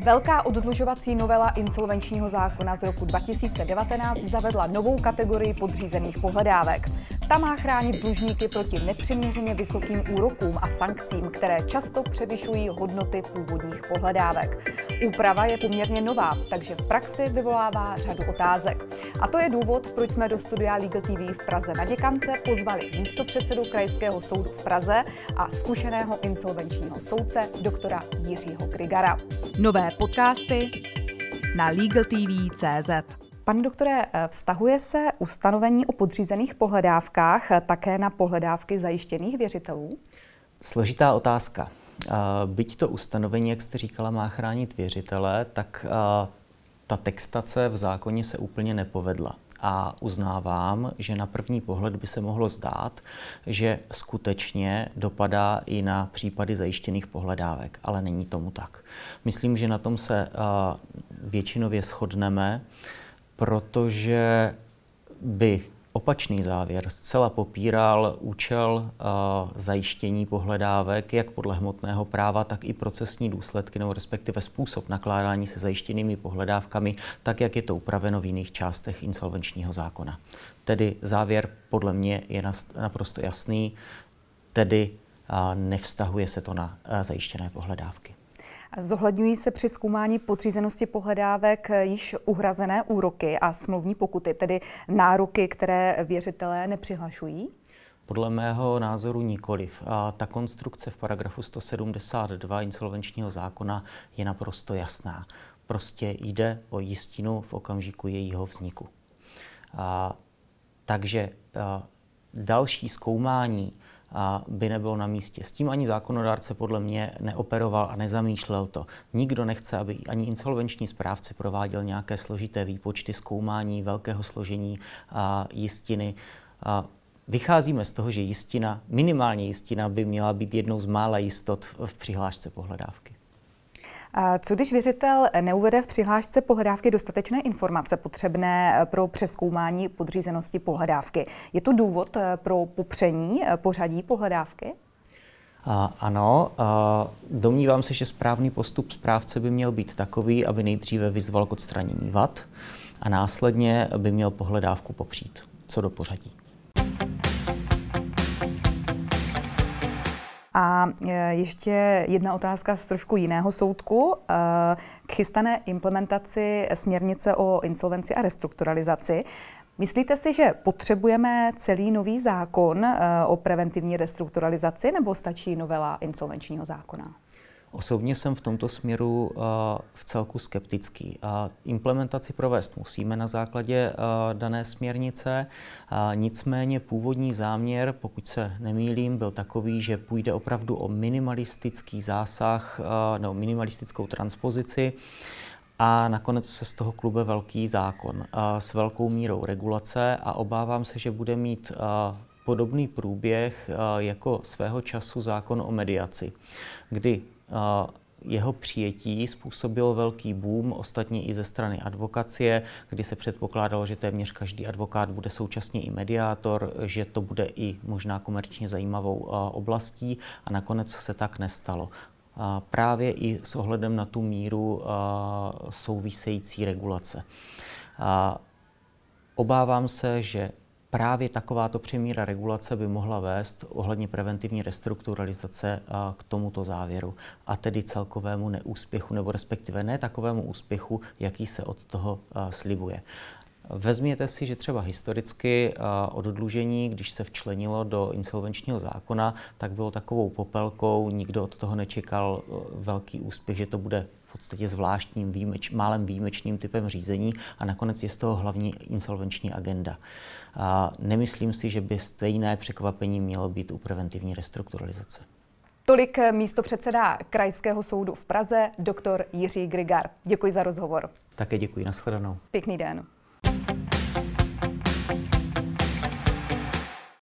Velká oddlužovací novela insolvenčního zákona z roku 2019 zavedla novou kategorii podřízených pohledávek. Ta má chránit dlužníky proti nepřiměřeně vysokým úrokům a sankcím, které často převyšují hodnoty původních pohledávek. Úprava je poměrně nová, takže v praxi vyvolává řadu otázek. A to je důvod, proč jsme do studia Legal TV v Praze na Děkance pozvali místopředsedu Krajského soudu v Praze a zkušeného insolvenčního soudce doktora Jiřího Grigara. Nové podcasty na LegalTV.cz. Pane doktore, vztahuje se ustanovení o podřízených pohledávkách také na pohledávky zajištěných věřitelů? Složitá otázka. Byť to ustanovení, jak jste říkala, má chránit věřitele, tak ta textace v zákoně se úplně nepovedla. A uznávám, že na první pohled by se mohlo zdát, že skutečně dopadá i na případy zajištěných pohledávek, ale není tomu tak. Myslím, že na tom se většinově shodneme, protože by opačný závěr zcela popíral účel zajištění pohledávek jak podle hmotného práva, tak i procesní důsledky nebo respektive způsob nakládání se zajištěnými pohledávkami, tak jak je to upraveno v jiných částech insolvenčního zákona. Tedy závěr podle mě je naprosto jasný, tedy nevztahuje se to na zajištěné pohledávky. Zohledňují se při zkoumání podřízenosti pohledávek již uhrazené úroky a smluvní pokuty, tedy nároky, které věřitelé nepřihlašují? Podle mého názoru nikoliv. Ta konstrukce v paragrafu 172 insolvenčního zákona je naprosto jasná. Prostě jde o jistinu v okamžiku jejího vzniku. Takže další zkoumání by nebylo na místě. S tím ani zákonodárce podle mě neoperoval a nezamýšlel to. Nikdo nechce, aby ani insolvenční správce prováděl nějaké složité výpočty, zkoumání velkého složení jistiny. Vycházíme z toho, že jistina, minimálně jistina, by měla být jednou z mála jistot v přihlášce pohledávky. Co když věřitel neuvede v přihlášce pohledávky dostatečné informace potřebné pro přezkoumání podřízenosti pohledávky? Je to důvod pro popření pořadí pohledávky? Ano, domnívám se, že správný postup správce by měl být takový, aby nejdříve vyzval k odstranění vad a následně by měl pohledávku popřít co do pořadí. A ještě jedna otázka z trošku jiného soudku. K chystané implementaci směrnice o insolvenci a restrukturalizaci. Myslíte si, že potřebujeme celý nový zákon o preventivní restrukturalizaci nebo stačí novela insolvenčního zákona? Osobně jsem v tomto směru v celku skeptický. Implementaci provést musíme na základě dané směrnice, nicméně původní záměr, pokud se nemýlím, byl takový, že půjde opravdu o minimalistický zásah nebo minimalistickou transpozici a nakonec se z toho klube velký zákon s velkou mírou regulace a obávám se, že bude mít podobný průběh jako svého času zákon o mediaci, kdy jeho přijetí způsobil velký boom, ostatně i ze strany advokacie, kdy se předpokládalo, že téměř každý advokát bude současně i mediátor, že to bude i možná komerčně zajímavou oblastí a nakonec se tak nestalo. Právě i s ohledem na tu míru související regulace. Obávám se, že právě takováto přemíra regulace by mohla vést ohledně preventivní restrukturalizace k tomuto závěru a tedy celkovému neúspěchu, nebo respektive ne takovému úspěchu, jaký se od toho slibuje. Vezměte si, že třeba historicky oddlužení, když se včlenilo do insolvenčního zákona, tak bylo takovou popelkou, nikdo od toho nečekal velký úspěch, že to bude v podstatě zvláštním, málem výjimečným typem řízení a nakonec je z toho hlavní insolvenční agenda. Nemyslím si, že by stejné překvapení mělo být u preventivní restrukturalizace. Tolik místopředseda Krajského soudu v Praze, doktor Jiří Grigar. Děkuji za rozhovor. Také děkuji, nashledanou. Pěkný den.